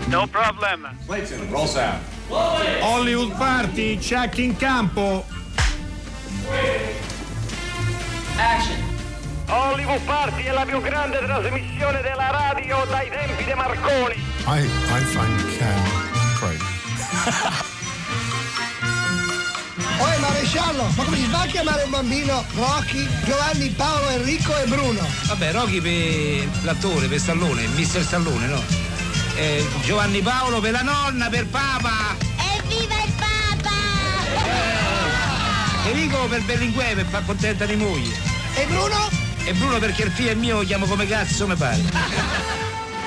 No problem. Clayton, roll sound. Hollywood Party, check in campo. Action. Hollywood Party è la più grande trasmissione della radio dai tempi di Marconi. I think great. Oi maresciallo, ma come si fa a chiamare un bambino Rocky, Giovanni, Paolo, Enrico e Bruno? Vabbè, Rocky per l'attore, per Stallone, Mister Stallone, no? Giovanni Paolo per la nonna, per Papa! Evviva il Papa! Enrico per Berlinguer, per far contenta di moglie. E Bruno? E Bruno perché il figlio è mio, lo chiamo come cazzo mi pare.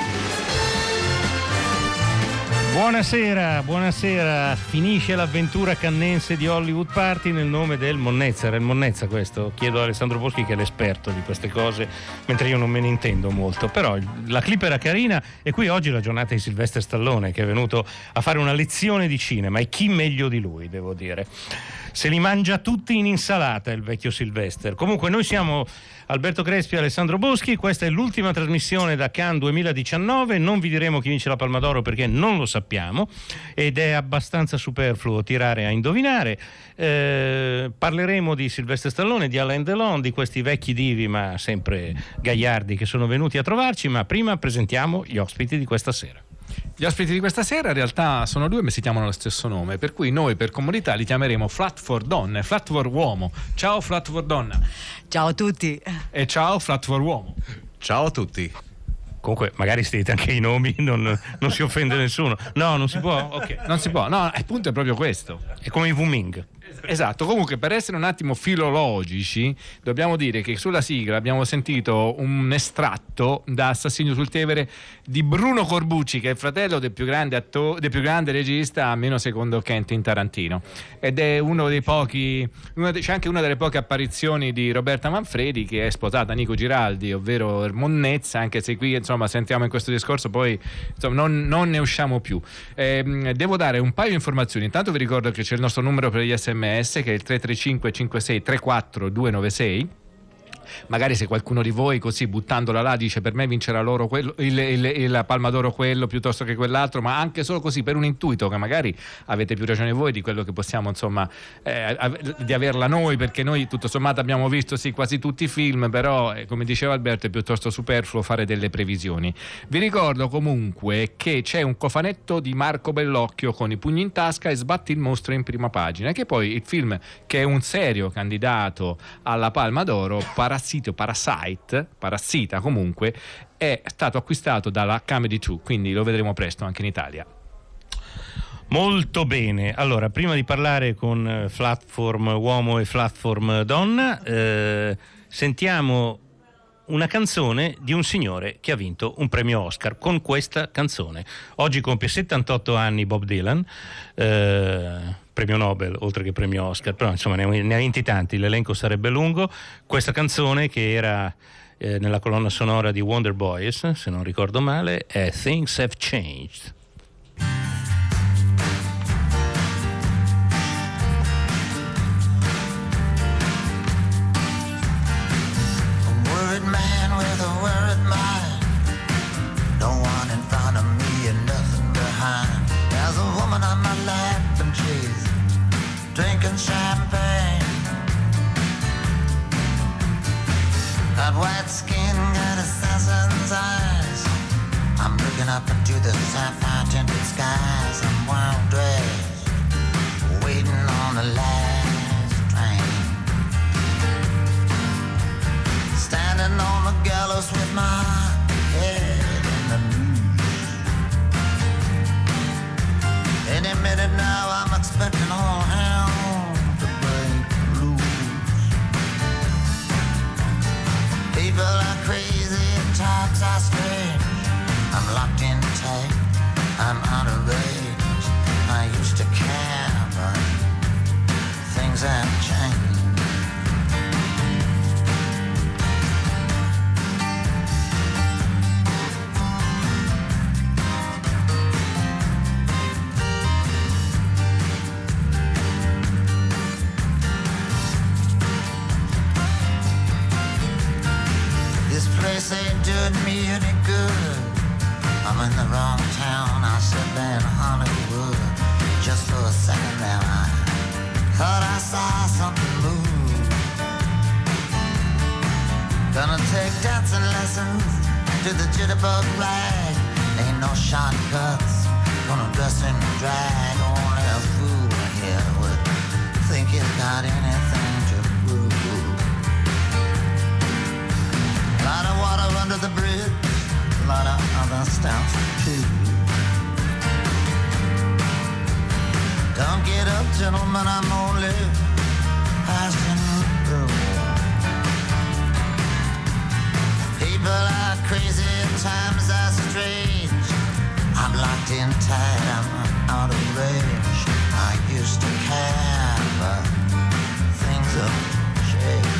Buonasera, finisce l'avventura cannense di Hollywood Party nel nome del Monnezza. Era il Monnezza questo? Chiedo a Alessandro Boschi che è l'esperto di queste cose, mentre io non me ne intendo molto, però la clip era carina e qui oggi è la giornata di Sylvester Stallone che è venuto a fare una lezione di cinema e chi meglio di lui, devo dire. Se li mangia tutti in insalata il vecchio Sylvester. Comunque noi siamo Alberto Crespi e Alessandro Boschi, questa è l'ultima trasmissione da Cannes 2019, non vi diremo chi vince la Palma d'Oro perché non lo sappiamo ed è abbastanza superfluo tirare a indovinare. Parleremo di Sylvester Stallone, di Alain Delon, di questi vecchi divi ma sempre gaiardi che sono venuti a trovarci, ma prima presentiamo gli ospiti di questa sera. Gli ospiti di questa sera in realtà sono due ma si chiamano lo stesso nome, per cui noi per comodità li chiameremo Flat for Donne e Flat for Uomo. Ciao Flat for Donna. Ciao a tutti. E ciao Flat for Uomo. Ciao a tutti. Comunque magari se dite anche i nomi non si offende nessuno. No, non si può? Ok. Non si può, no, il punto è proprio questo. È come i Wuming. Esatto, comunque per essere un attimo filologici dobbiamo dire che sulla sigla abbiamo sentito un estratto da Assassinio sul Tevere di Bruno Corbucci, che è il fratello del più grande regista, almeno secondo Quentin Tarantino, ed è uno dei pochi, c'è anche una delle poche apparizioni di Roberta Manfredi, che è sposata a Nico Giraldi, ovvero il Monnezza, anche se qui insomma sentiamo in questo discorso poi insomma, non ne usciamo più. Devo dare un paio di informazioni. Intanto vi ricordo che c'è il nostro numero per gli SMS che è il 335 56 34 296. Magari se qualcuno di voi così buttandola là dice per me vincerà loro quello, la Palma d'Oro quello piuttosto che quell'altro, ma anche solo così per un intuito che magari avete più ragione voi di quello che possiamo insomma di averla noi, perché noi tutto sommato abbiamo visto sì quasi tutti i film, però come diceva Alberto è piuttosto superfluo fare delle previsioni. Vi ricordo comunque che c'è un cofanetto di Marco Bellocchio con I pugni in tasca e Sbatti il mostro in prima pagina, che poi il film che è un serio candidato alla Palma d'Oro, Parassita comunque, è stato acquistato dalla Comedy 2, quindi lo vedremo presto anche in Italia. Molto bene, allora prima di parlare con Platform Uomo e Platform Donna sentiamo una canzone di un signore che ha vinto un premio Oscar con questa canzone. Oggi compie 78 anni Bob Dylan, premio Nobel oltre che premio Oscar, però insomma ne ha vinti tanti, l'elenco sarebbe lungo. Questa canzone che era nella colonna sonora di Wonder Boys, se non ricordo male, è Things Have Changed. Drinking champagne, got white skin, got assassin's eyes. I'm looking up into the sapphire tinted skies. I'm wild dressed, waiting on the last train. Standing on the gallows with my head in the news. Any minute now I'm expecting all hell to break loose. People are crazy and talks are strange. I'm locked in tight, I'm out of range. I used to care, but things have changed. This place ain't doing me any good. I'm in the wrong town, I must have been Hollywood. Just for a second there I thought I saw something move. Gonna take dancing lessons to the jitterbug rag. Ain't no shortcuts, gonna dress in drag. Only a fool here would think he's got anything to prove. A lot of water under the bridge, a lot of other stuff too. Don't get up, gentlemen, I'm only passing through. People are crazy, times are strange. I'm locked in tight, I'm out of range. I used to care, but things have changed.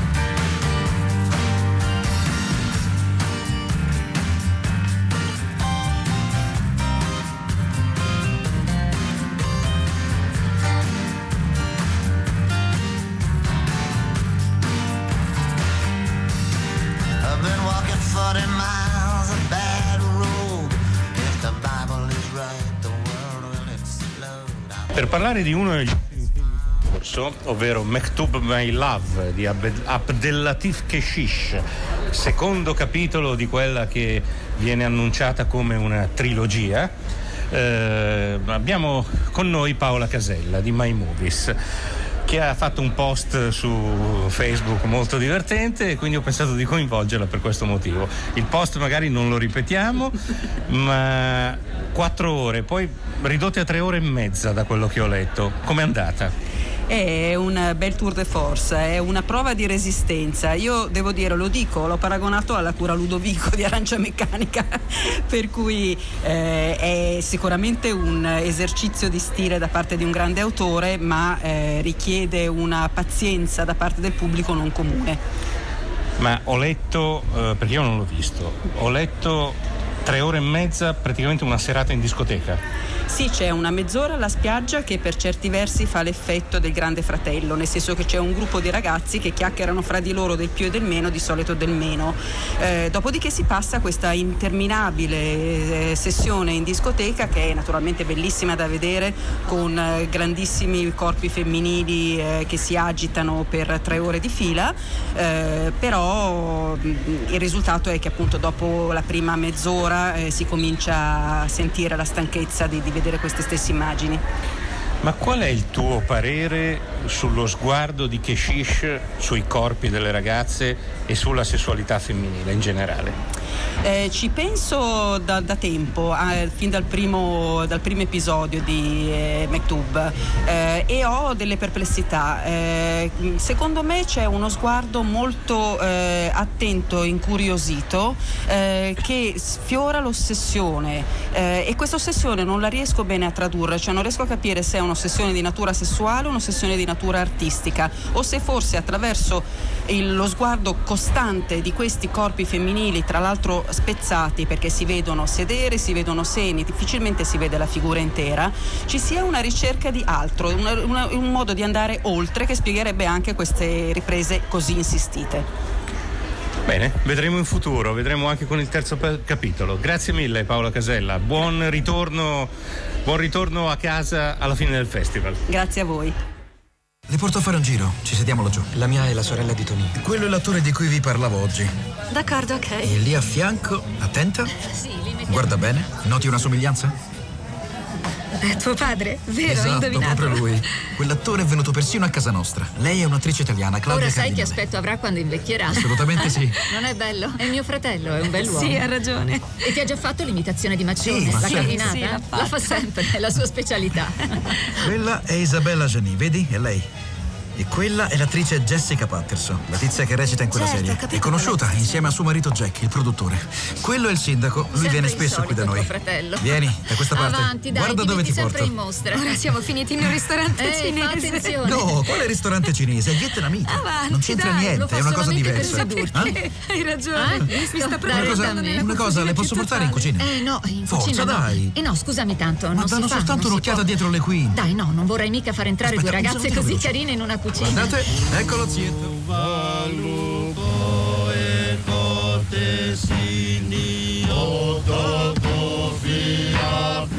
I've been walking 40 miles of bad road. If the Bible is right, the world will explode. Per parlare di uno degli ultimi film in corso, ovvero Mektub My Love di Abdellatif Keshish, secondo capitolo di quella che viene annunciata come una trilogia, abbiamo con noi Paola Casella di My Movies, che ha fatto un post su Facebook molto divertente e quindi ho pensato di coinvolgerla per questo motivo. Il post magari non lo ripetiamo, ma 4 ore, poi ridotte a 3 ore e mezza da quello che ho letto. Com'è andata? È un bel tour de force, è una prova di resistenza. Io devo dire, lo dico, l'ho paragonato alla cura Ludovico di Arancia Meccanica, per cui è sicuramente un esercizio di stile da parte di un grande autore, ma richiede una pazienza da parte del pubblico non comune. Ma ho letto, perché io non l'ho visto, ho letto 3 ore e mezza, praticamente una serata in discoteca. Sì, c'è una mezz'ora alla spiaggia che per certi versi fa l'effetto del Grande Fratello, nel senso che c'è un gruppo di ragazzi che chiacchierano fra di loro del più e del meno, di solito del meno. Dopodiché si passa a questa interminabile sessione in discoteca, che è naturalmente bellissima da vedere, con grandissimi corpi femminili che si agitano per 3 ore di fila, però il risultato è che appunto dopo la prima mezz'ora si comincia a sentire la stanchezza di vedere queste stesse immagini. Ma qual è il tuo parere sullo sguardo di Keshish sui corpi delle ragazze e sulla sessualità femminile in generale? Ci penso da tempo, fin dal primo episodio di Mektub, e ho delle perplessità. Secondo me c'è uno sguardo molto attento, incuriosito, che sfiora l'ossessione, e questa ossessione non la riesco bene a tradurre, cioè non riesco a capire se è un'ossessione di natura sessuale o un'ossessione di natura artistica, o se forse attraverso lo sguardo costante di questi corpi femminili, tra l'altro spezzati perché si vedono sedere, si vedono seni, difficilmente si vede la figura intera, ci sia una ricerca di altro, un modo di andare oltre che spiegherebbe anche queste riprese così insistite. Bene, vedremo in futuro, vedremo anche con il terzo capitolo. Grazie mille Paola Casella, buon ritorno a casa alla fine del festival. Grazie a voi. Le porto a fare un giro, ci sediamo laggiù. La mia è la sorella di Tony. Quello è l'attore di cui vi parlavo oggi. D'accordo, ok. E lì a fianco, attenta. Sì, li mettiamo. Guarda bene, noti una somiglianza? È tuo padre, vero? Esatto, Indovinato. proprio lui. Quell'attore è venuto persino a casa nostra. Lei è un'attrice italiana, Claudia Ora sai Cardinale. che aspetto avrà quando invecchierà? Assolutamente sì. Non è bello? È mio fratello, è un bell'uomo. Sì, ha ragione. E ti ha già fatto l'imitazione di Maccione? Sì, la sì, camminata? sì, l'ha fatta. La fa sempre, è la sua specialità. Quella è Isabella Gianni, vedi? È lei. E quella è l'attrice Jessica Patterson, la tizia che recita in quella Certo, serie. ho capito È conosciuta quella insieme a suo marito Jack, il produttore. Quello è il sindaco, lui Sempre viene spesso qui da insolito, noi. tuo fratello. Vieni, da questa parte. Avanti, dai, Guarda ti dove metti ti sempre porto. in mostra. Ora siamo finiti in un ristorante Fa cinese. attenzione. No, quale ristorante cinese? È vietnamita. Avanti, Non c'entra dai, niente, lo fa è una cosa solamente per diversa. sedurti. Hai ragione. Mi sta Dai, proprio dammi. Una cosa, le posso portare in cucina? No, in Forza, cucina no. dai. No, scusami tanto, Ma non si danno fa, soltanto non si un'occhiata può. dietro le quinte. Dai, no, non vorrei mica far entrare Aspetta, due un ragazze salutino così veloce. carine in una cucina. Guardate, eccolo zio. Valuto e cortesini, o dopo fila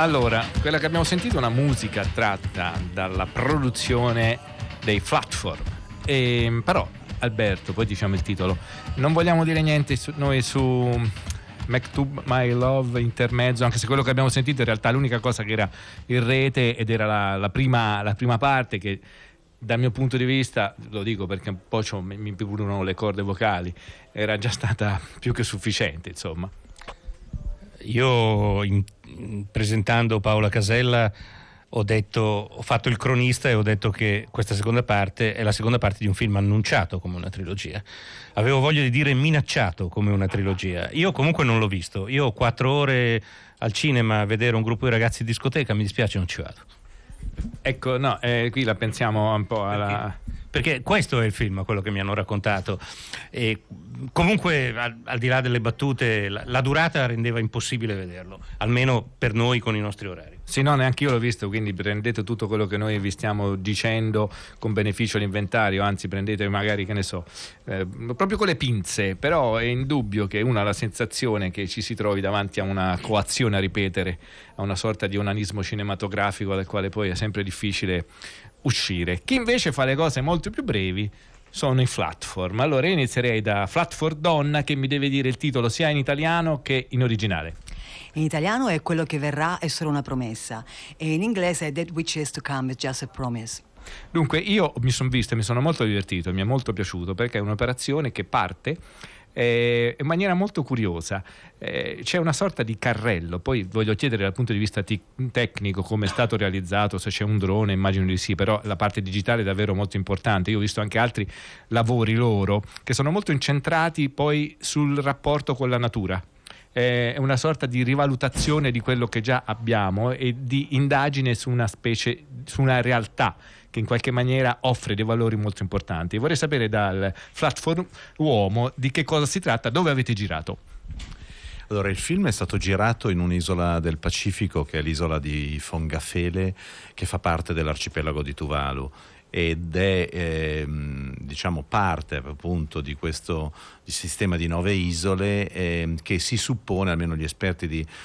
Allora, quella che abbiamo sentito è una musica tratta dalla produzione dei Flatform. Però, Alberto, poi diciamo il titolo, non vogliamo dire niente noi su Maktub My Love intermezzo, anche se quello che abbiamo sentito in realtà l'unica cosa che era in rete ed era la prima parte che dal mio punto di vista, lo dico perché un po' mi picurano le corde vocali, era già stata più che sufficiente, insomma. Io presentando Paola Casella ho fatto il cronista e ho detto che questa seconda parte è la seconda parte di un film annunciato come una trilogia. Avevo voglia di dire minacciato come una trilogia. Io comunque non l'ho visto. Io ho 4 ore al cinema a vedere un gruppo di ragazzi in discoteca, mi dispiace, non ci vado. Ecco, no, qui la pensiamo un po' alla... Perché questo è il film, quello che mi hanno raccontato. E comunque, al di là delle battute, la durata rendeva impossibile vederlo, almeno per noi con i nostri orari. Sì, no, neanche io l'ho visto, quindi prendete tutto quello che noi vi stiamo dicendo con beneficio all'inventario, anzi prendete magari, che ne so, proprio con le pinze, però è indubbio che uno ha la sensazione che ci si trovi davanti a una coazione a ripetere, a una sorta di onanismo cinematografico dal quale poi è sempre difficile uscire. Chi invece fa le cose molto più brevi sono i Flatform. Allora io inizierei da Flatform Donna, che mi deve dire il titolo sia in italiano che in originale. In italiano è Quello che verrà è solo una promessa e in inglese è That which is to come is just a promise. Dunque io mi sono visto e mi sono molto divertito, mi è molto piaciuto perché è un'operazione che parte in maniera molto curiosa. C'è una sorta di carrello, poi voglio chiedere dal punto di vista tecnico come è stato realizzato, se c'è un drone, immagino di sì, però la parte digitale è davvero molto importante. Io ho visto anche altri lavori loro che sono molto incentrati poi sul rapporto con la natura. È una sorta di rivalutazione di quello che già abbiamo e di indagine su una specie, su una realtà che in qualche maniera offre dei valori molto importanti. Vorrei sapere dal Flatform Uomo di che cosa si tratta, dove avete girato. Allora, il film è stato girato in un'isola del Pacifico che è l'isola di Fongafele, che fa parte dell'arcipelago di Tuvalu, ed è diciamo parte appunto di questo sistema di 9 isole che si suppone, almeno gli esperti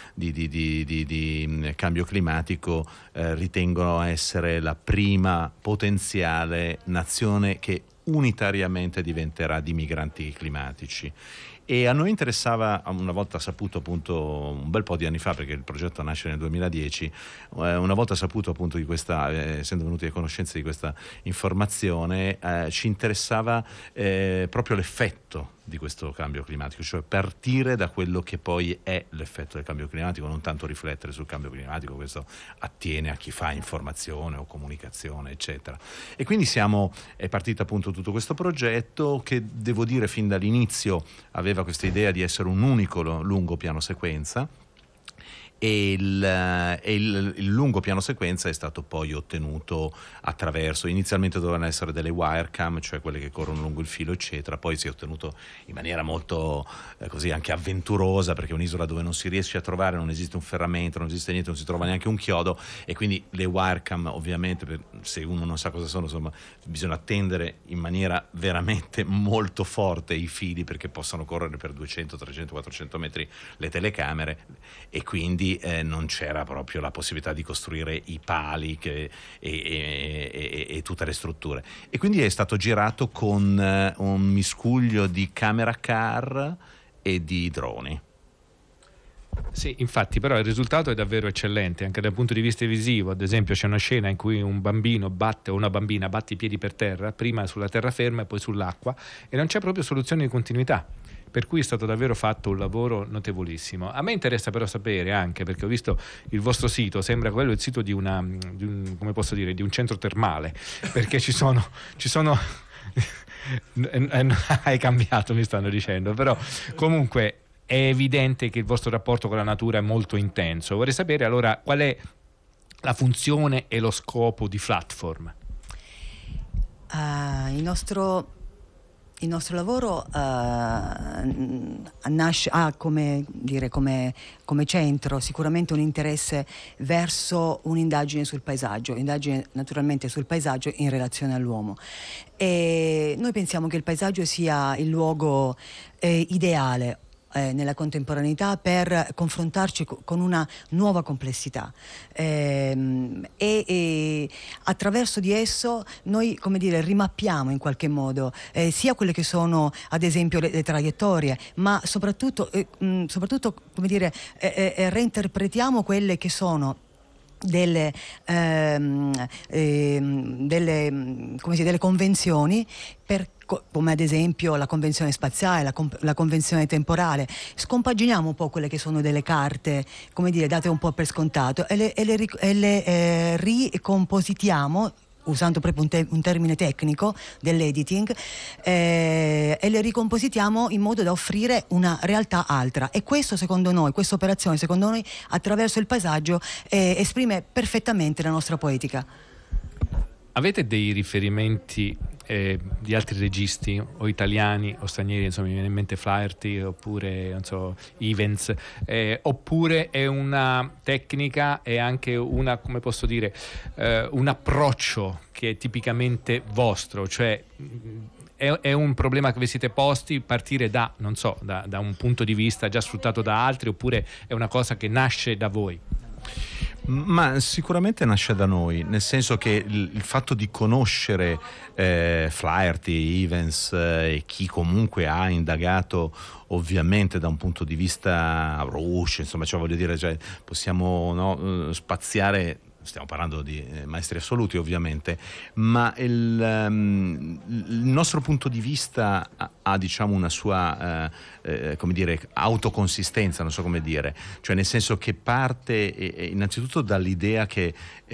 di cambio climatico ritengono essere la prima potenziale nazione che unitariamente diventerà di migranti climatici. E a noi interessava, una volta saputo appunto un bel po' di anni fa, perché il progetto nasce nel 2010, una volta saputo appunto di questa, essendo venuti a conoscenza di questa informazione, ci interessava proprio l'effetto di questo cambio climatico, cioè partire da quello che poi è l'effetto del cambio climatico, non tanto riflettere sul cambio climatico, questo attiene a chi fa informazione o comunicazione eccetera. E quindi è partito appunto tutto questo progetto che, devo dire, fin dall'inizio aveva questa idea di essere un unico lungo piano sequenza, e il lungo piano sequenza è stato poi ottenuto attraverso, inizialmente dovevano essere delle wirecam, cioè quelle che corrono lungo il filo eccetera, poi si è ottenuto in maniera molto così anche avventurosa, perché è un'isola dove non si riesce a trovare, non esiste un ferramento, non esiste niente, non si trova neanche un chiodo, e quindi le wirecam ovviamente, se uno non sa cosa sono, insomma bisogna attendere in maniera veramente molto forte i fili perché possano correre per 200, 300, 400 metri le telecamere, e quindi non c'era proprio la possibilità di costruire i pali e tutte le strutture, e quindi è stato girato con un miscuglio di camera car e di droni. Sì, infatti, però il risultato è davvero eccellente anche dal punto di vista visivo. Ad esempio c'è una scena in cui un bambino o una bambina batte i piedi per terra, prima sulla terraferma e poi sull'acqua, e non c'è proprio soluzione di continuità, per cui è stato davvero fatto un lavoro notevolissimo. A me interessa però sapere anche, perché ho visto il vostro sito, sembra quello il sito di un come posso dire, di un centro termale, perché ci sono hai cambiato, mi stanno dicendo, però comunque è evidente che il vostro rapporto con la natura è molto intenso. Vorrei sapere allora qual è la funzione e lo scopo di Flatform. Il nostro lavoro nasce, ha come centro sicuramente un interesse verso un'indagine sul paesaggio, indagine naturalmente sul paesaggio in relazione all'uomo. E noi pensiamo che il paesaggio sia il luogo ideale nella contemporaneità per confrontarci con una nuova complessità e attraverso di esso noi, come dire, rimappiamo in qualche modo sia quelle che sono ad esempio le traiettorie, ma soprattutto come dire, reinterpretiamo quelle che sono delle convenzioni come ad esempio la convenzione spaziale, la convenzione temporale. Scompaginiamo un po' quelle che sono delle carte, come dire, date un po' per scontato e le ricompositiamo, usando proprio un termine tecnico dell'editing, e le ricompositiamo in modo da offrire una realtà altra. E questo, secondo noi, questa operazione, secondo noi, attraverso il paesaggio, esprime perfettamente la nostra poetica. Avete dei riferimenti di altri registi, o italiani o stranieri? Insomma, mi viene in mente Flaherty oppure non so, Evans, oppure è una tecnica e anche una, come posso dire, un approccio che è tipicamente vostro, cioè è un problema che vi siete posti, partire da, non so, da un punto di vista già sfruttato da altri, oppure è una cosa che nasce da voi? Ma sicuramente nasce da noi, nel senso che il fatto di conoscere Flaherty, Evans e chi comunque ha indagato ovviamente da un punto di vista Rush, insomma, cioè voglio dire, cioè, possiamo spaziare. Stiamo parlando di maestri assoluti ovviamente, ma il nostro punto di vista ha diciamo una sua come dire, autoconsistenza, non so come dire, cioè nel senso che parte innanzitutto dall'idea che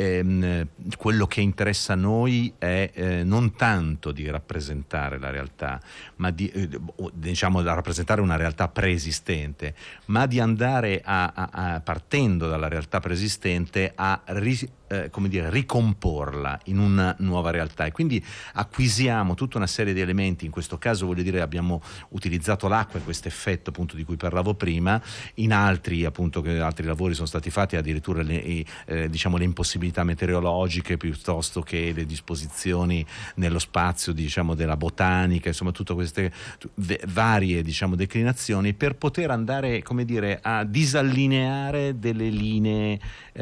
quello che interessa a noi è non tanto di rappresentare la realtà, ma di diciamo da rappresentare una realtà preesistente, ma di andare partendo dalla realtà preesistente a come dire, ricomporla in una nuova realtà, e quindi acquisiamo tutta una serie di elementi. In questo caso, voglio dire, abbiamo utilizzato l'acqua e questo effetto appunto di cui parlavo prima. In altri appunto che altri lavori sono stati fatti addirittura diciamo le impossibilità meteorologiche piuttosto che le disposizioni nello spazio, diciamo, della botanica, insomma tutte queste varie, diciamo, declinazioni per poter andare, come dire, a disallineare delle linee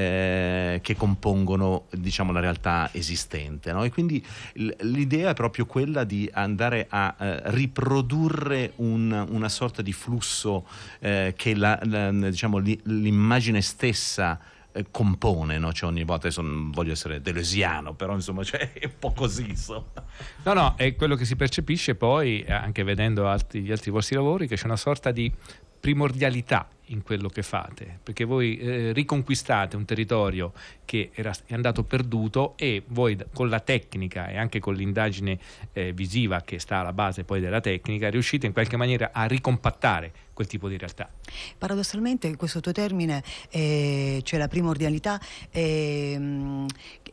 che compongono, diciamo, la realtà esistente, no? E quindi l'idea è proprio quella di andare a riprodurre una sorta di flusso che diciamo l'immagine stessa compone, no? Cioè ogni volta, adesso non voglio essere deleuziano, però insomma, cioè, è un po' così, insomma. No, è quello che si percepisce poi anche vedendo gli altri vostri lavori, che c'è una sorta di primordialità in quello che fate, perché voi riconquistate un territorio che è andato perduto, e voi con la tecnica e anche con l'indagine visiva che sta alla base poi della tecnica riuscite in qualche maniera a ricompattare quel tipo di realtà. Paradossalmente questo tuo termine, cioè la primordialità, come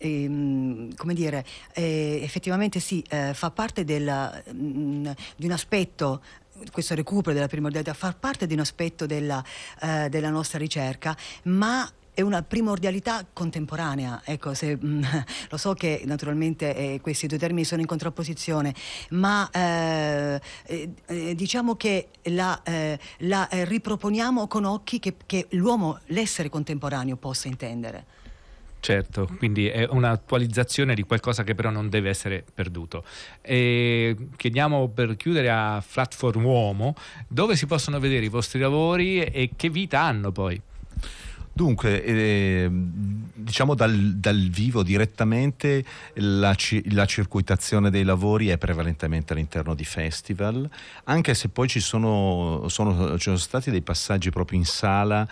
dire, effettivamente sì, fa parte di un aspetto. Questo recupero della primordialità fa parte di un aspetto della nostra ricerca, ma è una primordialità contemporanea. Ecco, lo so che naturalmente questi due termini sono in contrapposizione, ma diciamo che la riproponiamo con occhi che l'uomo, l'essere contemporaneo, possa intendere. Certo, quindi è un'attualizzazione di qualcosa che però non deve essere perduto. E chiediamo, per chiudere, a Platform Uomo dove si possono vedere i vostri lavori e che vita hanno poi. Dunque, diciamo dal vivo direttamente la circuitazione dei lavori è prevalentemente all'interno di festival, anche se poi ci sono stati dei passaggi proprio in sala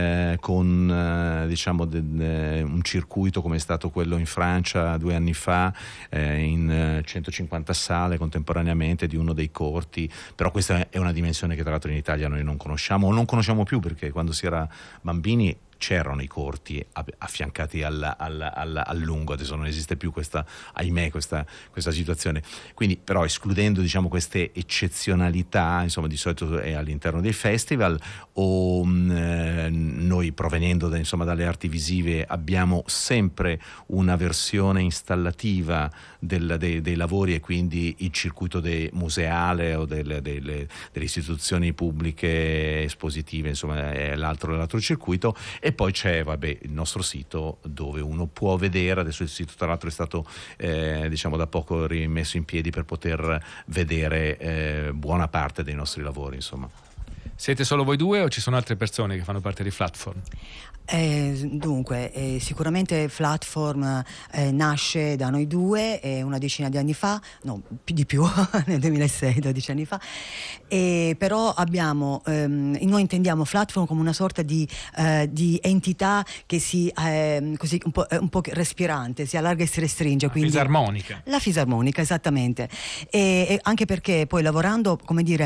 con diciamo un circuito come è stato quello in Francia 2 anni fa, in 150 sale contemporaneamente di uno dei corti, però questa è una dimensione che tra l'altro in Italia noi non conosciamo o non conosciamo più, perché quando si era bambini c'erano i corti affiancati al lungo. Adesso non esiste più questa situazione, quindi però escludendo queste eccezionalità, insomma, di solito è all'interno dei festival o noi provenendo dalle arti visive abbiamo sempre una versione installativa dei lavori, e quindi il circuito museale o delle istituzioni pubbliche espositive, insomma, è l'altro circuito. E poi c'è il nostro sito dove uno può vedere. Adesso il sito tra l'altro è stato da poco rimesso in piedi per poter vedere buona parte dei nostri lavori, insomma. Siete solo voi due o ci sono altre persone che fanno parte di Flatform? Dunque, sicuramente Flatform nasce da noi due una decina di anni fa, no, di più, nel 2006, 12 anni fa, però abbiamo, noi intendiamo Flatform come una sorta di entità che si così un po' respirante, si allarga e si restringe. La quindi fisarmonica. La fisarmonica, esattamente. E anche perché poi lavorando, come dire,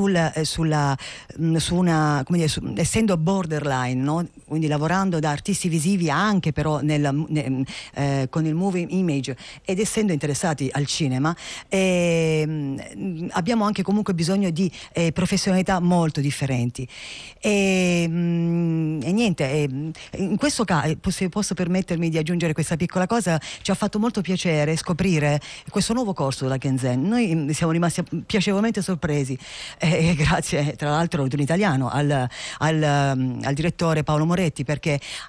essendo borderline, no? Quindi lavorando da artisti visivi anche però con il moving image ed essendo interessati al cinema, abbiamo anche comunque bisogno di professionalità molto differenti e niente, in questo caso, se posso permettermi di aggiungere questa piccola cosa, ci ha fatto molto piacere scoprire questo nuovo corso della Kenzen. Noi siamo rimasti piacevolmente sorpresi, grazie tra l'altro ad un italiano, al direttore Paolo Moretti, perché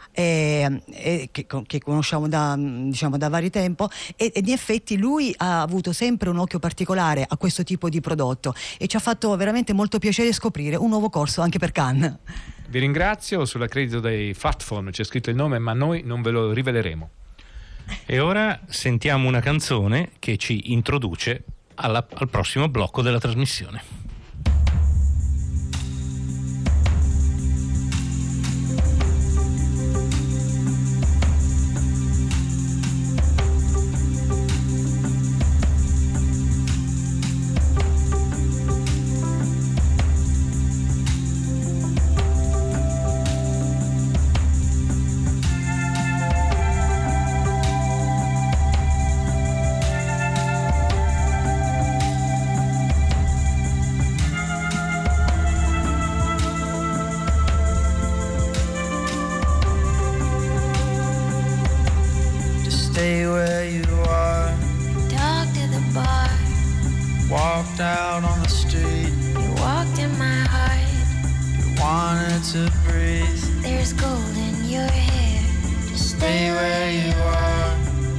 che conosciamo da vari tempo, e in effetti lui ha avuto sempre un occhio particolare a questo tipo di prodotto e ci ha fatto veramente molto piacere scoprire un nuovo corso anche per Cannes. Vi ringrazio. Sull'accredito dei Flatform c'è scritto il nome, ma noi non ve lo riveleremo. E ora sentiamo una canzone che ci introduce al prossimo blocco della trasmissione. Stay where you are. Talk to the bar. Walked out on the street. You walked in my heart. You wanted to breathe. There's gold in your hair. Just stay where you are.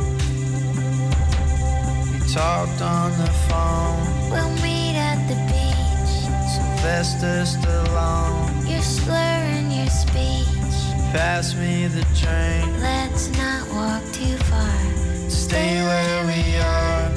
We talked on the phone. We'll meet at the beach. Sylvester Stallone. You're slurring your speech. Pass me the drink. Let's not walk too far. Stay where we are.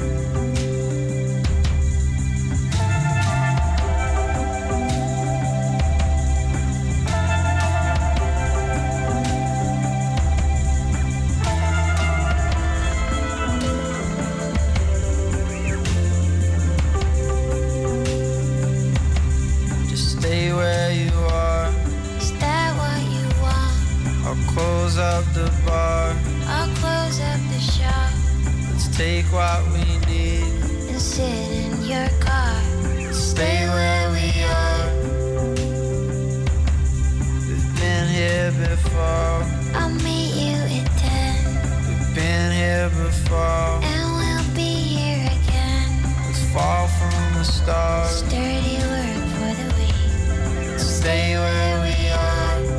Just stay where you are. Is that what you want? I'll close up the bar. I'll close up the shop. Let's take what we need and sit in your car. Stay where we are. We've been here before. I'll meet you at 10. We've been here before. And we'll be here again. Let's fall from the stars. Sturdy work for the weak. Stay where we are.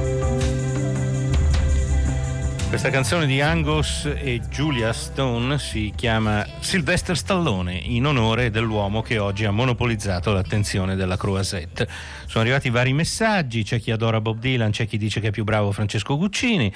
Questa canzone di Angus e Julia Stone si chiama Sylvester Stallone, in onore dell'uomo che oggi ha monopolizzato l'attenzione della Croisette. Sono arrivati vari messaggi, c'è chi adora Bob Dylan, c'è chi dice che è più bravo Francesco Guccini.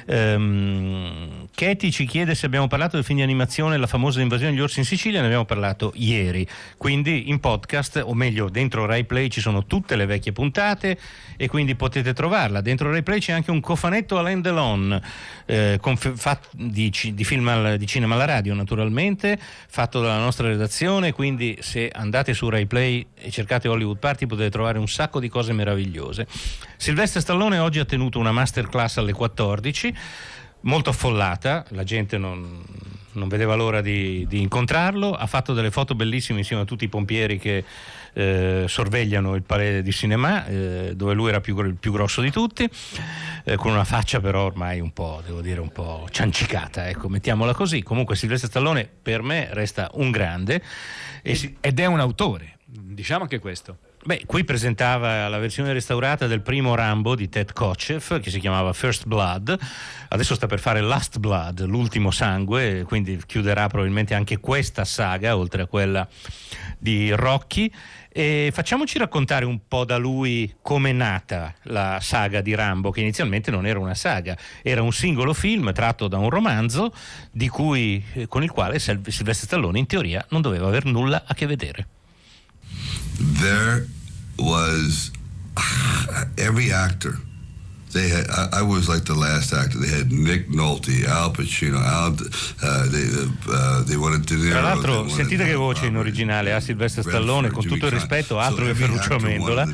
Katie ci chiede se abbiamo parlato del film di animazione La famosa invasione degli orsi in Sicilia. Ne abbiamo parlato ieri, quindi in podcast, o meglio dentro Rai Play ci sono tutte le vecchie puntate e quindi potete trovarla. Dentro Rai Play c'è anche un cofanetto Alain Delon di film di cinema alla radio, naturalmente, fatto dalla nostra redazione, quindi se andate su Rai Play e cercate Hollywood Party potete trovare un sacco di cose meravigliose. Sylvester Stallone oggi ha tenuto una masterclass alle 14, molto affollata, la gente non vedeva l'ora di incontrarlo, ha fatto delle foto bellissime insieme a tutti i pompieri che sorvegliano il Palais du Cinéma, dove lui era il più grosso di tutti, con una faccia però ormai un po', devo dire, un po' ciancicata, ecco, mettiamola così. Comunque Sylvester Stallone per me resta un grande ed è un autore, diciamo anche questo. Beh, qui presentava la versione restaurata del primo Rambo di Ted Kotcheff, che si chiamava First Blood, adesso sta per fare Last Blood, l'ultimo sangue, quindi chiuderà probabilmente anche questa saga, oltre a quella di Rocky. E facciamoci raccontare un po' da lui com'è nata la saga di Rambo, che inizialmente non era una saga, era un singolo film tratto da un romanzo con il quale Sylvester Stallone in teoria non doveva aver nulla a che vedere. There was every actor. They had. I was like the last actor. They had Nick Nolte, Al Pacino, they wanted De Niro. Tra l'altro, sentite che voce in originale ha Sylvester Stallone, con tutto il rispetto, altro che Ferruccio Amendola.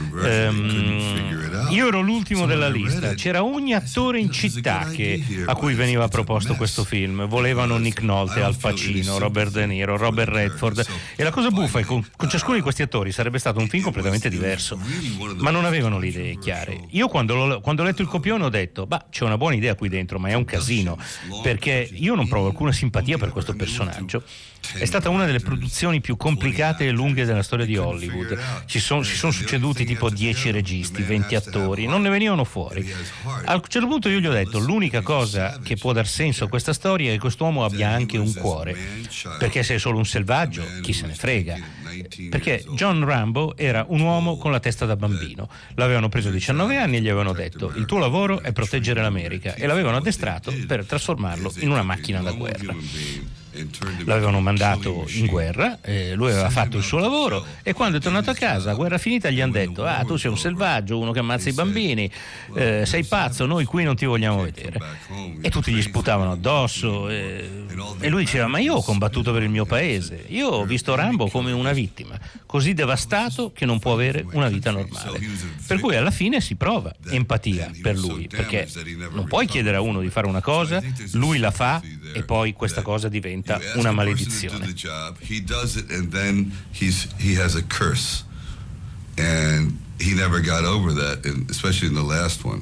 Io ero l'ultimo della lista. C'era ogni attore in città a cui veniva proposto questo film. Volevano Nick Nolte, Al Pacino, Robert De Niro, Robert Redford. E la cosa buffa è che con ciascuno di questi attori sarebbe stato un film completamente diverso, ma non avevano le idee chiare. Io quando ho letto il copione ho detto, c'è una buona idea qui dentro, ma è un casino, perché io non provo alcuna simpatia per questo personaggio. È stata una delle produzioni più complicate e lunghe della storia di Hollywood. Si sono succeduti tipo 10 registi, 20 attori, non ne venivano fuori. A un certo punto io gli ho detto, l'unica cosa che può dar senso a questa storia è che quest'uomo abbia anche un cuore, perché se è solo un selvaggio, chi se ne frega. Perché John Rambo era un uomo con la testa da bambino, l'avevano preso a 19 anni e gli avevano detto, il tuo lavoro è proteggere l'America, e l'avevano addestrato per trasformarlo in una macchina da guerra. L'avevano mandato in guerra, lui aveva fatto il suo lavoro, e quando è tornato a casa, a guerra finita, gli hanno detto, tu sei un selvaggio, uno che ammazza i bambini, sei pazzo, noi qui non ti vogliamo vedere. E tutti gli sputavano addosso, e lui diceva, ma io ho combattuto per il mio paese, io ho visto Rambo come una vittima, così devastato che non può avere una vita normale. Per cui alla fine si prova empatia per lui, perché non puoi chiedere a uno di fare una cosa, lui la fa e poi questa cosa diventa una maledizione. He does it and then he has a curse, and he never got over that, especially in the last one.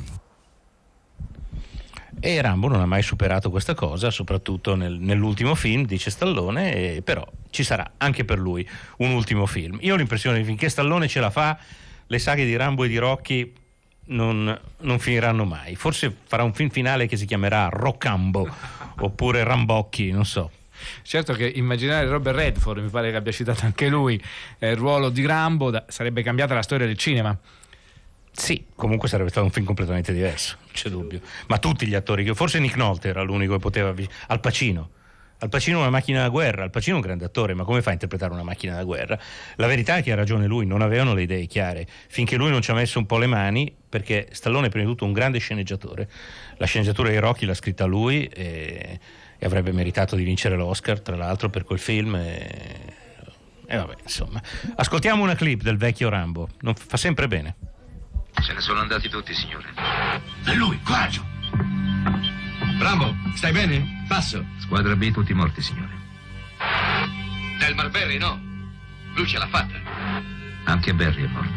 E Rambo non ha mai superato questa cosa, soprattutto nell'ultimo film, dice Stallone, però ci sarà anche per lui un ultimo film. Io ho l'impressione che finché Stallone ce la fa, le saghe di Rambo e di Rocky non finiranno mai. Forse farà un film finale che si chiamerà Roccambo oppure Rambocchi, non so. Certo che immaginare Robert Redford, mi pare che abbia citato anche lui il ruolo di Rambo, sarebbe cambiata la storia del cinema. Sì, comunque sarebbe stato un film completamente diverso, non c'è dubbio. Ma tutti gli attori, forse Nick Nolte era l'unico che poteva. Al Pacino è una macchina da guerra, Al Pacino è un grande attore, ma come fa a interpretare una macchina da guerra? La verità è che ha ragione lui, non avevano le idee chiare, finché lui non ci ha messo un po' le mani, perché Stallone è prima di tutto un grande sceneggiatore. La sceneggiatura di Rocky l'ha scritta lui e avrebbe meritato di vincere l'Oscar, tra l'altro, per quel film. E vabbè, insomma. Ascoltiamo una clip del vecchio Rambo, fa sempre bene. Se ne sono andati tutti, signore. È lui, coraggio! Rambo, stai bene? Passo. Squadra B, tutti morti, signore. Delmar Berry, no. Lui ce l'ha fatta. Anche Berry è morto.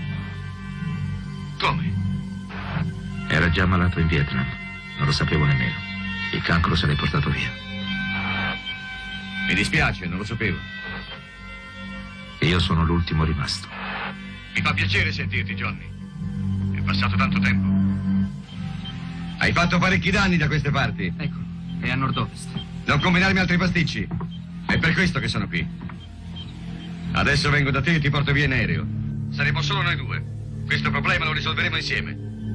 Come? Era già malato in Vietnam. Non lo sapevo nemmeno. Il cancro se l'è portato via. Mi dispiace, non lo sapevo. Io sono l'ultimo rimasto. Mi fa piacere sentirti, Johnny. È passato tanto tempo. Hai fatto parecchi danni da queste parti. Ecco, è a nord-ovest. Non combinarmi altri pasticci. È per questo che sono qui. Adesso vengo da te e ti porto via in aereo. Saremo solo noi due. Questo problema lo risolveremo insieme.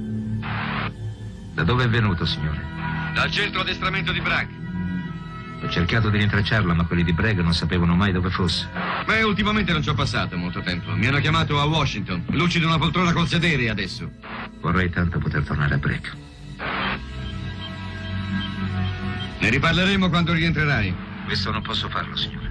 Da dove è venuto, signore? Dal centro addestramento di Bragg. Ho cercato di rintracciarla, ma quelli di Bragg non sapevano mai dove fosse. Beh, ultimamente non ci ho passato molto tempo. Mi hanno chiamato a Washington. Lucido una poltrona col sedere adesso. Vorrei tanto poter tornare a Bragg. Ne riparleremo quando rientrerai. Questo non posso farlo, signore.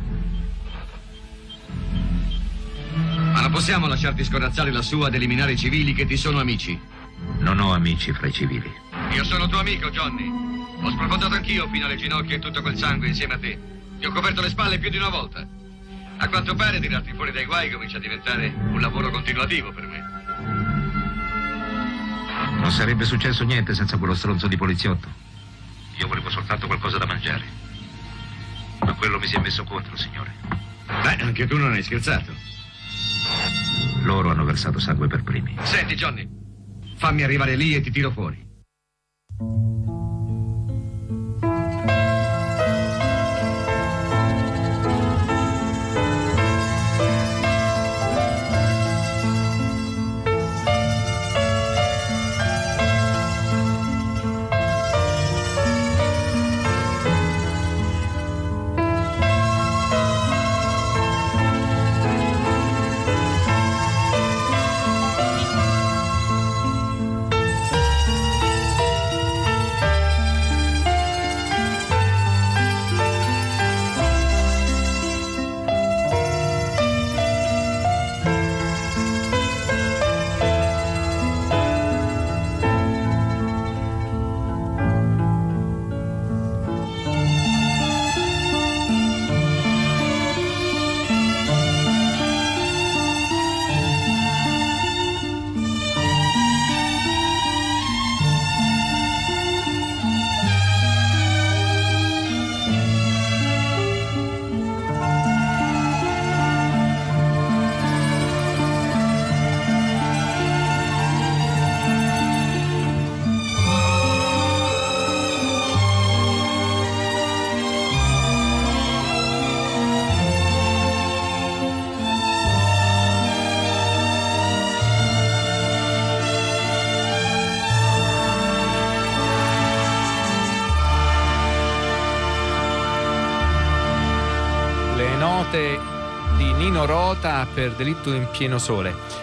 Ma non possiamo lasciarti scorazzare lassù ad eliminare i civili che ti sono amici. Non ho amici fra i civili. Io sono tuo amico, Johnny. Ho sprofondato anch'io fino alle ginocchia e tutto quel sangue insieme a te. Ti ho coperto le spalle più di una volta. A quanto pare tirarti fuori dai guai comincia a diventare un lavoro continuativo per me. Non sarebbe successo niente senza quello stronzo di poliziotto. Io volevo soltanto qualcosa da mangiare. Ma quello mi si è messo contro, signore. Beh, anche tu non hai scherzato. Loro hanno versato sangue per primi. Senti, Johnny, fammi arrivare lì e ti tiro fuori. Di Nino Rota per Delitto in pieno sole.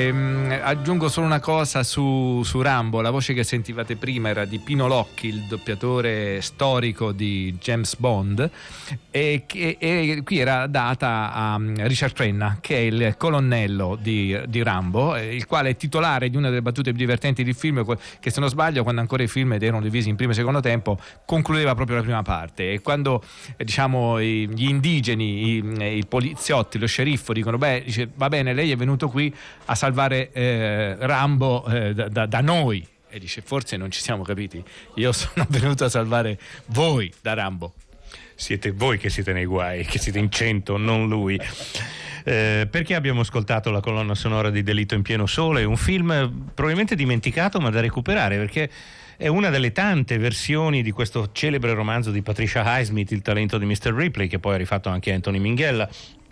Aggiungo solo una cosa su Rambo. La voce che sentivate prima era di Pino Locchi, il doppiatore storico di James Bond, e qui era data a Richard Crenna, che è il colonnello di Rambo, il quale è titolare di una delle battute più divertenti del film, che se non sbaglio, quando ancora i film erano divisi in primo e secondo tempo, concludeva proprio la prima parte. E quando diciamo gli indigeni, i poliziotti, lo sceriffo dicono dice, va bene, lei è venuto qui a salvare Rambo da noi, e dice, forse non ci siamo capiti, io sono venuto a salvare voi da Rambo. Siete voi che siete nei guai, che siete in 100, non lui. Perché abbiamo ascoltato la colonna sonora di Delitto in pieno sole, un film probabilmente dimenticato ma da recuperare, perché è una delle tante versioni di questo celebre romanzo di Patricia Highsmith, Il talento di Mr. Ripley, che poi ha rifatto anche Anthony Minghella,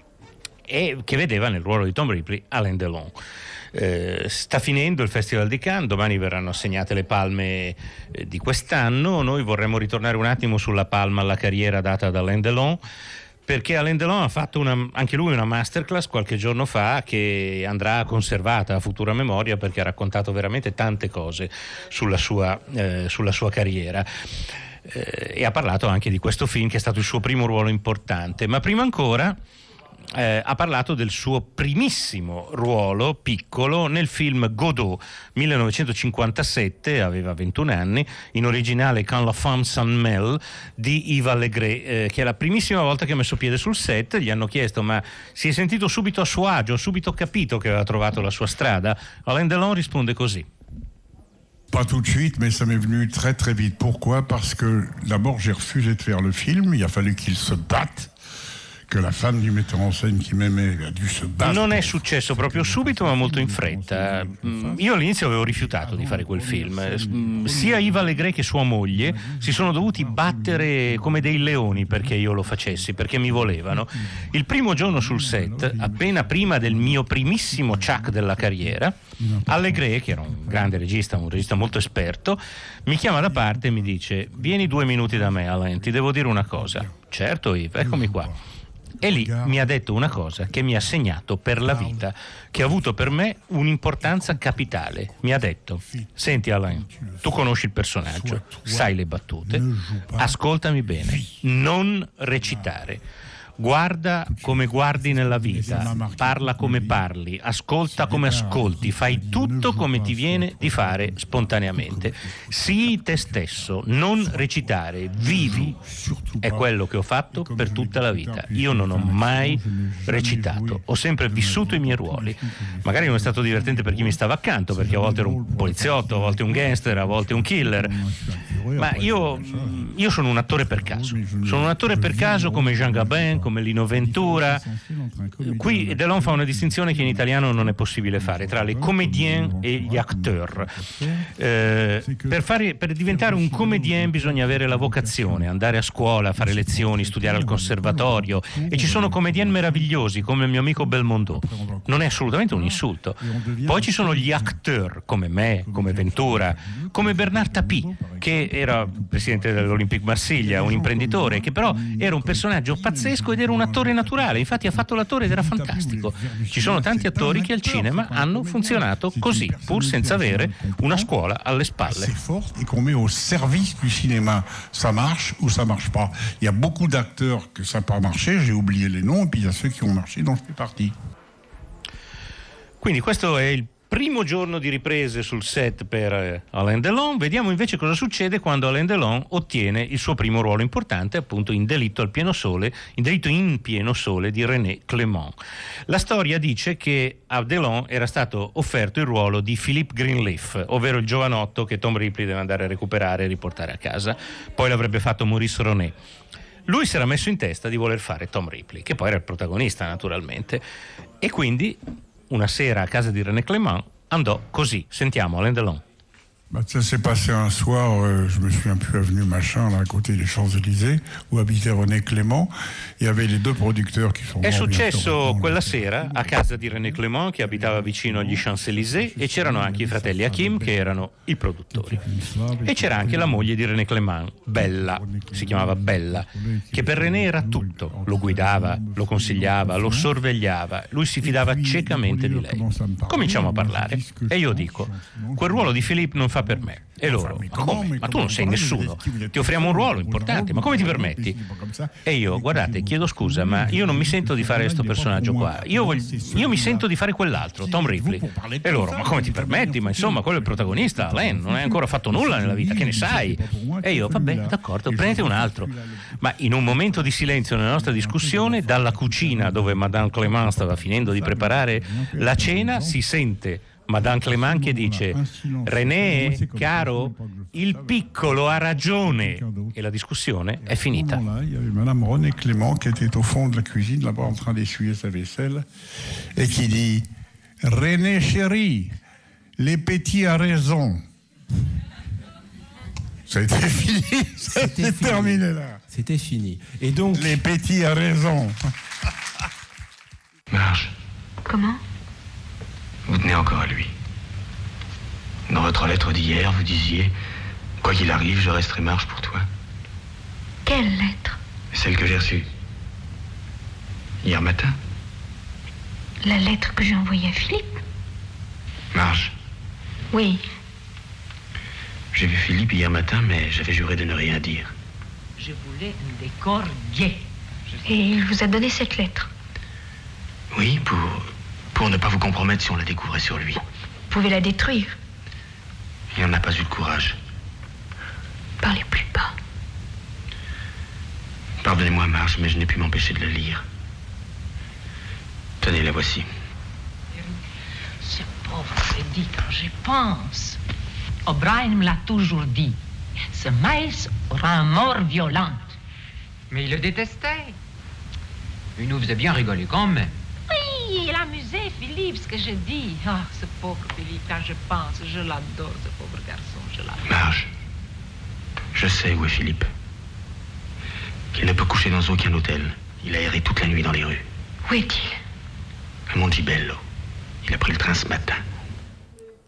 e che vedeva nel ruolo di Tom Ripley Alain Delon. Sta finendo il Festival di Cannes, domani verranno assegnate le palme di quest'anno. Noi vorremmo ritornare un attimo sulla palma alla carriera data da Alain Delon, perché Alain Delon ha fatto anche lui una masterclass qualche giorno fa, che andrà conservata a futura memoria, perché ha raccontato veramente tante cose sulla sua carriera. E ha parlato anche di questo film, che è stato il suo primo ruolo importante, ma prima ancora ha parlato del suo primissimo ruolo piccolo nel film Godot 1957, aveva 21 anni, in originale Quand la femme s'en mêle di Yves Allégret, che è la primissima volta che ha messo piede sul set. Gli hanno chiesto, ma si è sentito subito a suo agio, subito capito che aveva trovato la sua strada? Alain Delon risponde così: Pas tout de suite, mais ça m'est venu très très vite. Pourquoi? Parce que d'abord j'ai refusé de faire le film, il a fallu qu'il se batte. Non è successo proprio subito, ma molto in fretta. Io all'inizio avevo rifiutato di fare quel film. Sia Yves Allégret che sua moglie si sono dovuti battere come dei leoni perché io lo facessi, perché mi volevano. Il primo giorno sul set, appena prima del mio primissimo Chuck della carriera, Allégret, che era un grande regista, un regista molto esperto, mi chiama da parte e mi dice: vieni 2 minuti da me, Alain, ti devo dire una cosa. Certo, Yves, eccomi qua. E lì mi ha detto una cosa che mi ha segnato per la vita, che ha avuto per me un'importanza capitale. Mi ha detto: senti Alain, tu conosci il personaggio, sai le battute, ascoltami bene, non recitare. Guarda come guardi nella vita, parla come parli, ascolta come ascolti, fai tutto come ti viene di fare spontaneamente. Sii te stesso, non recitare, vivi. È quello che ho fatto per tutta la vita. Io non ho mai recitato, ho sempre vissuto i miei ruoli. Magari non è stato divertente per chi mi stava accanto, perché a volte ero un poliziotto, a volte un gangster, a volte un killer. Ma io sono un attore per caso. Sono un attore per caso come Jean Gabin, come Lino Ventura. Qui Delon fa una distinzione che in italiano non è possibile fare tra les comédiens e gli acteurs. Per diventare un comédien bisogna avere la vocazione, andare a scuola, fare lezioni, studiare al conservatorio, e ci sono comédien meravigliosi come il mio amico Belmondo. Non è assolutamente un insulto. Poi ci sono gli acteurs come me, come Ventura, come Bernard Tapie, che era presidente dell'Olympique Marsiglia, un imprenditore che però era un personaggio pazzesco ed era un attore naturale. Infatti ha fatto l'attore ed era fantastico. Ci sono tanti attori che al cinema hanno funzionato così, pur senza avere una scuola alle spalle. C'est fort et qu'on met au service du cinéma. Ça marche ou ça marche pas. Il y a beaucoup d'acteurs que ça n'a pas marché, j'ai oublié les noms, et puis il y a ceux qui ont marché, dont je fais partie. Quindi questo è il primo giorno di riprese sul set per Alain Delon. Vediamo invece cosa succede quando Alain Delon ottiene il suo primo ruolo importante, appunto in Delitto in pieno sole di René Clément. La storia dice che a Delon era stato offerto il ruolo di Philippe Greenleaf, ovvero il giovanotto che Tom Ripley deve andare a recuperare e riportare a casa. Poi l'avrebbe fatto Maurice Ronet. Lui si era messo in testa di voler fare Tom Ripley, che poi era il protagonista naturalmente, e quindi una sera a casa di René Clément andò così. Sentiamo Alain Delon. Bah, ça s'est passé un soir, je me souviens plus, avenue Machin, là, à côté des Champs-Élysées, où habitait René Clément. Il y avait les deux producteurs qui sont È successo quella sera a casa di René Clément, che abitava vicino agli Champs-Élysées, e c'erano anche i fratelli Hakim, che erano i produttori. E c'era anche la moglie di René Clément, Bella, si chiamava Bella, che per René era tutto. Lo guidava, lo consigliava, lo sorvegliava. Lui si fidava ciecamente di lei. Cominciamo a parlare e io dico: quel ruolo di Philippe non fa per me. E loro: ma come? Ma tu non sei nessuno, ti offriamo un ruolo importante, ma come ti permetti? E io: guardate, chiedo scusa, ma io non mi sento di fare questo personaggio qua, io mi sento di fare quell'altro, Tom Ripley. E loro: ma come ti permetti? Ma insomma, quello è il protagonista, Alain, non hai ancora fatto nulla nella vita, che ne sai? E io: vabbè, d'accordo, prendete un altro. Ma in un momento di silenzio nella nostra discussione, dalla cucina dove Madame Clément stava finendo di preparare la cena, si sente Madame Clément che dice: René, caro, il piccolo ha ragione. E la discussione è finita. Il y avait Madame René Clément qui était au fond de la cuisine, là-bas en train d'essuyer sa vaisselle, et qui dit: René chéri, les petits a raison. C'était fini, c'était terminé là. C'était fini. Et donc les petits a raison. Marge. Comment? Vous tenez encore à lui. Dans votre lettre d'hier, vous disiez: quoi qu'il arrive, je resterai Marge pour toi. Quelle lettre? Celle que j'ai reçue. Hier matin. La lettre que j'ai envoyée à Philippe? Marge. Oui. J'ai vu Philippe hier matin, mais j'avais juré de ne rien dire. Je voulais un décor gai. Et il vous a donné cette lettre? Oui, pour ne pas vous compromettre si on la découvrait sur lui. Vous pouvez la détruire. Il n'en a pas eu le courage. Parlez plus bas. Pardonnez-moi, Marge, mais je n'ai pu m'empêcher de la lire. Tenez, la voici. Ce pauvre Freddy, quand j'y pense. O'Brien me l'a toujours dit. Ce Miles aura une mort violente. Mais il le détestait. Il nous faisait bien rigoler quand même. Oui, il amusait Philippe, ce que je dis. Ah, ce pauvre Philippe, quand je pense, je l'adore, ce pauvre garçon, je l'adore. Marge, je sais où est Philippe. Il ne peut coucher dans aucun hôtel. Il a erré toute la nuit dans les rues. Où est-il? À Montebello. Il a pris le train ce matin.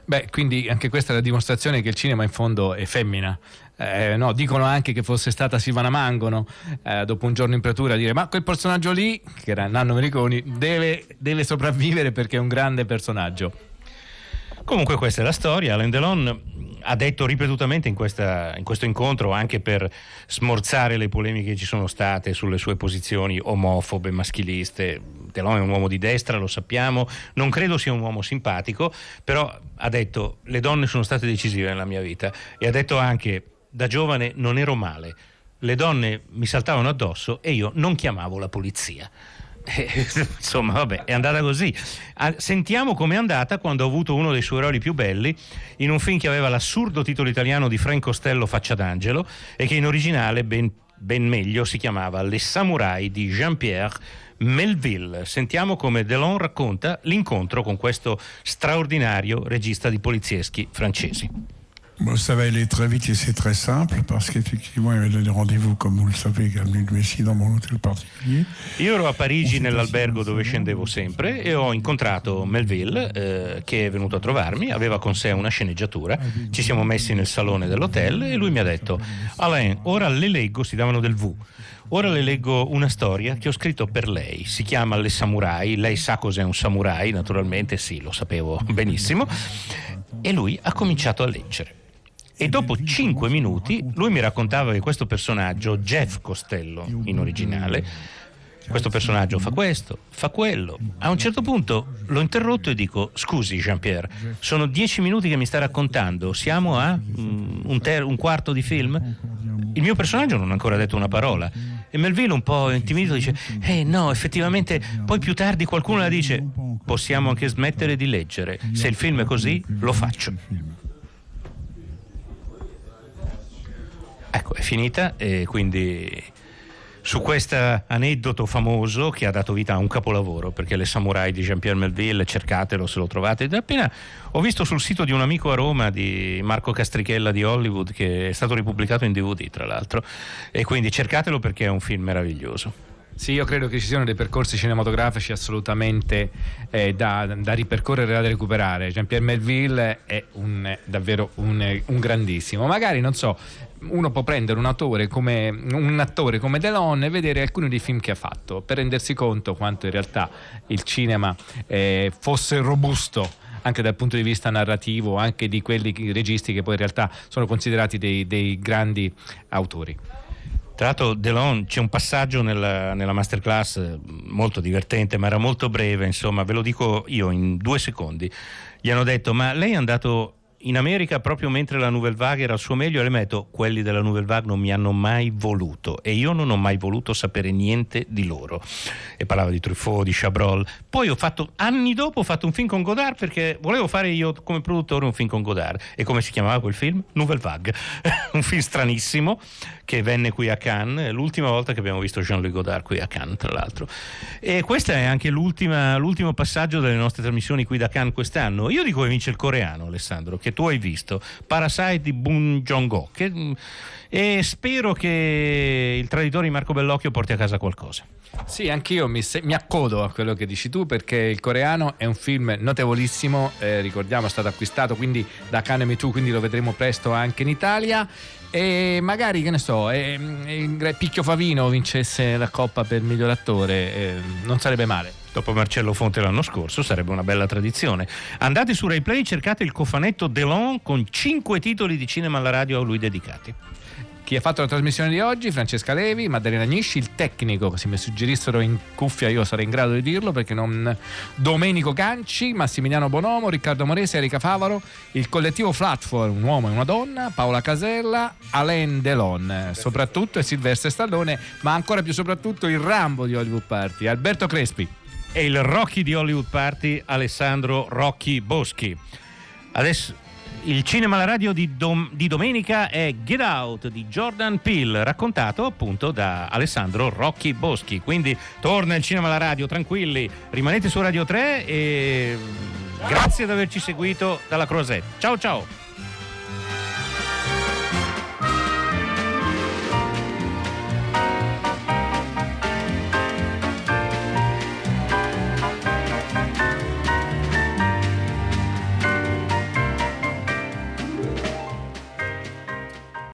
Beh, quindi anche questa è la dimostrazione che il cinema in fondo è femmina. No, dicono anche che fosse stata Silvana Mangono dopo un giorno in pretura a dire ma quel personaggio lì, che era Nanno Mericoni, deve sopravvivere perché è un grande personaggio. Comunque questa è la storia. Alain Delon ha detto ripetutamente in questo incontro, anche per smorzare le polemiche che ci sono state sulle sue posizioni omofobe, maschiliste. Delon è un uomo di destra, lo sappiamo, non credo sia un uomo simpatico, però ha detto le donne sono state decisive nella mia vita, e ha detto anche da giovane non ero male, le donne mi saltavano addosso e io non chiamavo la polizia. Insomma, vabbè, è andata così. Sentiamo com'è andata quando ha avuto uno dei suoi ruoli più belli in un film che aveva l'assurdo titolo italiano di Frank Costello Faccia d'Angelo e che in originale ben meglio si chiamava Les Samurai di Jean-Pierre Melville. Sentiamo come Delon racconta l'incontro con questo straordinario regista di polizieschi francesi. Bon, ça va aller très vite et c'est très simple parce qu'effectivement il y avait des rendez-vous, comme vous le savez, avec Avenue de Messine dans mon hôtel particulier. Io ero a Parigi nell'albergo dove scendevo sempre e ho incontrato Melville che è venuto a trovarmi, aveva con sé una sceneggiatura, ci siamo messi nel salone dell'hotel e lui mi ha detto Alain, ora le leggo, si davano del V. Ora le leggo una storia che ho scritto per lei, si chiama Les Samurai, lei sa cos'è un samurai, naturalmente sì, lo sapevo benissimo, e lui ha cominciato a leggere. E dopo 5 minuti lui mi raccontava che questo personaggio, Jeff Costello in originale, questo personaggio fa questo, fa quello. A un certo punto l'ho interrotto e dico scusi Jean-Pierre, sono 10 minuti che mi sta raccontando, siamo a un quarto di film? Il mio personaggio non ha ancora detto una parola e Melville un po' intimidito dice no, effettivamente poi più tardi qualcuno la dice possiamo anche smettere di leggere, se il film è così lo faccio. Ecco, è finita e quindi su questo aneddoto famoso che ha dato vita a un capolavoro, perché Les Samurai di Jean-Pierre Melville, cercatelo se lo trovate. Appena ho visto sul sito di un amico a Roma di Marco Castrichella di Hollywood che è stato ripubblicato in DVD tra l'altro, e quindi cercatelo perché è un film meraviglioso. Sì, io credo che ci siano dei percorsi cinematografici assolutamente da ripercorrere e da recuperare. Jean-Pierre Melville è davvero un grandissimo. Magari, non so, uno può prendere un attore come Delon e vedere alcuni dei film che ha fatto per rendersi conto quanto in realtà il cinema fosse robusto anche dal punto di vista narrativo, anche di quelli registi che poi in realtà sono considerati dei grandi autori. Tra l'altro Delon, c'è un passaggio nella masterclass molto divertente, ma era molto breve, insomma, ve lo dico io in 2 secondi. Gli hanno detto ma lei è andato in America proprio mentre la Nouvelle Vague era al suo meglio, e le metto quelli della Nouvelle Vague non mi hanno mai voluto e io non ho mai voluto sapere niente di loro, e parlava di Truffaut, di Chabrol. Poi anni dopo ho fatto un film con Godard perché volevo fare io come produttore un film con Godard, e come si chiamava quel film? Nouvelle Vague. Un film stranissimo che venne qui a Cannes, l'ultima volta che abbiamo visto Jean-Luc Godard qui a Cannes tra l'altro, e questo è anche l'ultimo passaggio delle nostre trasmissioni qui da Cannes quest'anno. Io dico che vince il coreano, Alessandro, che tu hai visto, Parasite di Bong Joon-ho, e spero che Il traditore di Marco Bellocchio porti a casa qualcosa. Sì, anch'io mi accodo a quello che dici tu, perché Il coreano è un film notevolissimo, ricordiamo è stato acquistato quindi da Cannes Me Too, quindi lo vedremo presto anche in Italia, e magari, che ne so, Picchio Favino vincesse la Coppa per miglior attore, non sarebbe male. Dopo Marcello Fonte l'anno scorso sarebbe una bella tradizione. Andate su Rai Play, cercate il cofanetto Delon con 5 titoli di cinema alla radio a lui dedicati. Chi ha fatto la trasmissione di oggi? Francesca Levi, Maddalena Agnisci, il tecnico, se mi suggerissero in cuffia io sarei in grado di dirlo perché non, Domenico Ganci, Massimiliano Bonomo, Riccardo Moresi, Erika Favaro, il collettivo Flatform, un uomo e una donna, Paola Casella, Alain Delon, soprattutto, e Sylvester Stallone, ma ancora più soprattutto il Rambo di Hollywood Party, Alberto Crespi. E il Rocky di Hollywood Party, Alessandro Rocky Boschi. Adesso il cinema alla radio di domenica è Get Out di Jordan Peele, raccontato appunto da Alessandro Rocky Boschi. Quindi torna il cinema alla radio, tranquilli, rimanete su Radio 3 e grazie di averci seguito dalla Croisette. Ciao ciao!